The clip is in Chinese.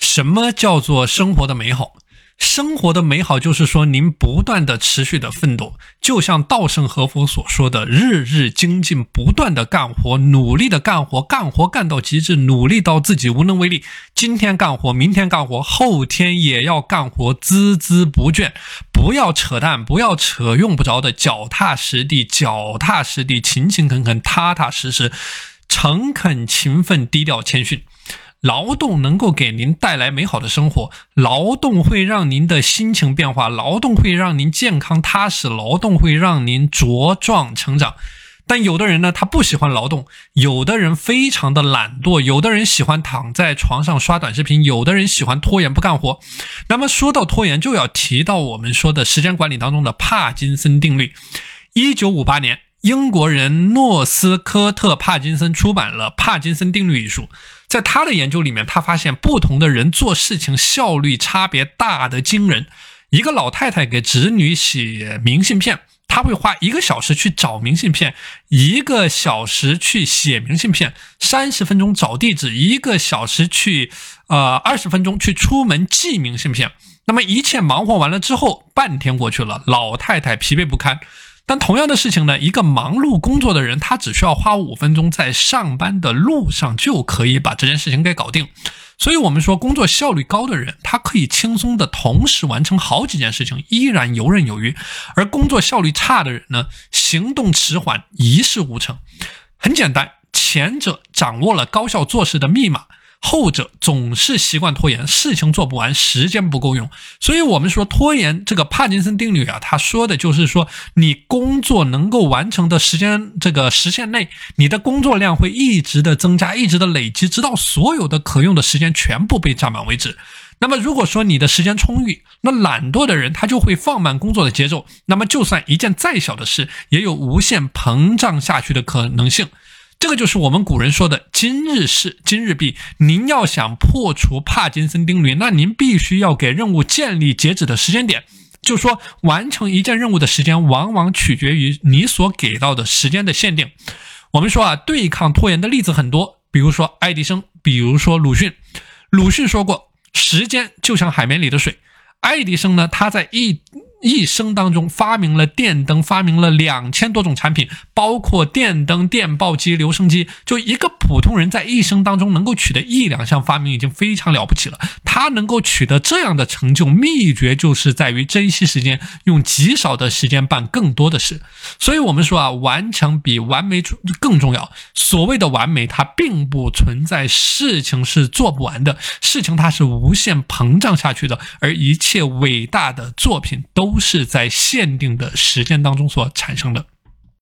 什么叫做生活的美好？生活的美好就是说您不断的持续的奋斗，就像稻盛和夫所说的，日日精进，不断的干活，努力的干活，干活干到极致，努力到自己无能为力。今天干活，明天干活，后天也要干活，孜孜不倦。不要扯淡，不要扯用不着的，脚踏实地，脚踏实地，勤勤恳恳，踏踏实实，诚恳勤奋，低调谦逊。劳动能够给您带来美好的生活，劳动会让您的心情变化，劳动会让您健康踏实，劳动会让您茁壮成长。但有的人呢，他不喜欢劳动，有的人非常的懒惰，有的人喜欢躺在床上刷短视频，有的人喜欢拖延不干活。那么说到拖延，就要提到我们说的时间管理当中的帕金森定律。1958年，英国人诺斯科特·帕金森出版了《帕金森定律》一书。在他的研究里面，他发现不同的人做事情效率差别大得惊人。一个老太太给子女写明信片，他会花1个小时去找明信片，1个小时去写明信片，30分钟找地址，1个小时去20分钟去出门寄明信片。那么一切忙活完了之后，半天过去了，老太太疲惫不堪。但同样的事情呢，一个忙碌工作的人，他只需要花5分钟在上班的路上就可以把这件事情给搞定。所以我们说工作效率高的人，他可以轻松的同时完成好几件事情，依然游刃有余。而工作效率差的人呢，行动迟缓，一事无成。很简单，前者掌握了高效做事的密码，后者总是习惯拖延，事情做不完，时间不够用。所以我们说拖延这个帕金森定律啊，他说的就是说，你工作能够完成的时限内，你的工作量会一直的增加，一直的累积，直到所有的可用的时间全部被占满为止。那么如果说你的时间充裕，那懒惰的人他就会放慢工作的节奏，那么就算一件再小的事，也有无限膨胀下去的可能性。这个就是我们古人说的今日事今日毕。您要想破除帕金森定律，那您必须要给任务建立截止的时间点，就是说完成一件任务的时间往往取决于你所给到的时间的限定。我们说啊，对抗拖延的例子很多，比如说爱迪生，比如说鲁迅。鲁迅说过，时间就像海绵里的水。爱迪生呢，他在一生当中发明了电灯，发明了2000多种产品，包括电灯、电报机、留声机。就一个普通人在一生当中能够取得1-2项发明已经非常了不起了，他能够取得这样的成就，秘诀就是在于珍惜时间，用极少的时间办更多的事。所以我们说啊，完成比完美更重要。所谓的完美，它并不存在，事情是做不完的，事情它是无限膨胀下去的，而一切伟大的作品都是在限定的时间当中所产生的。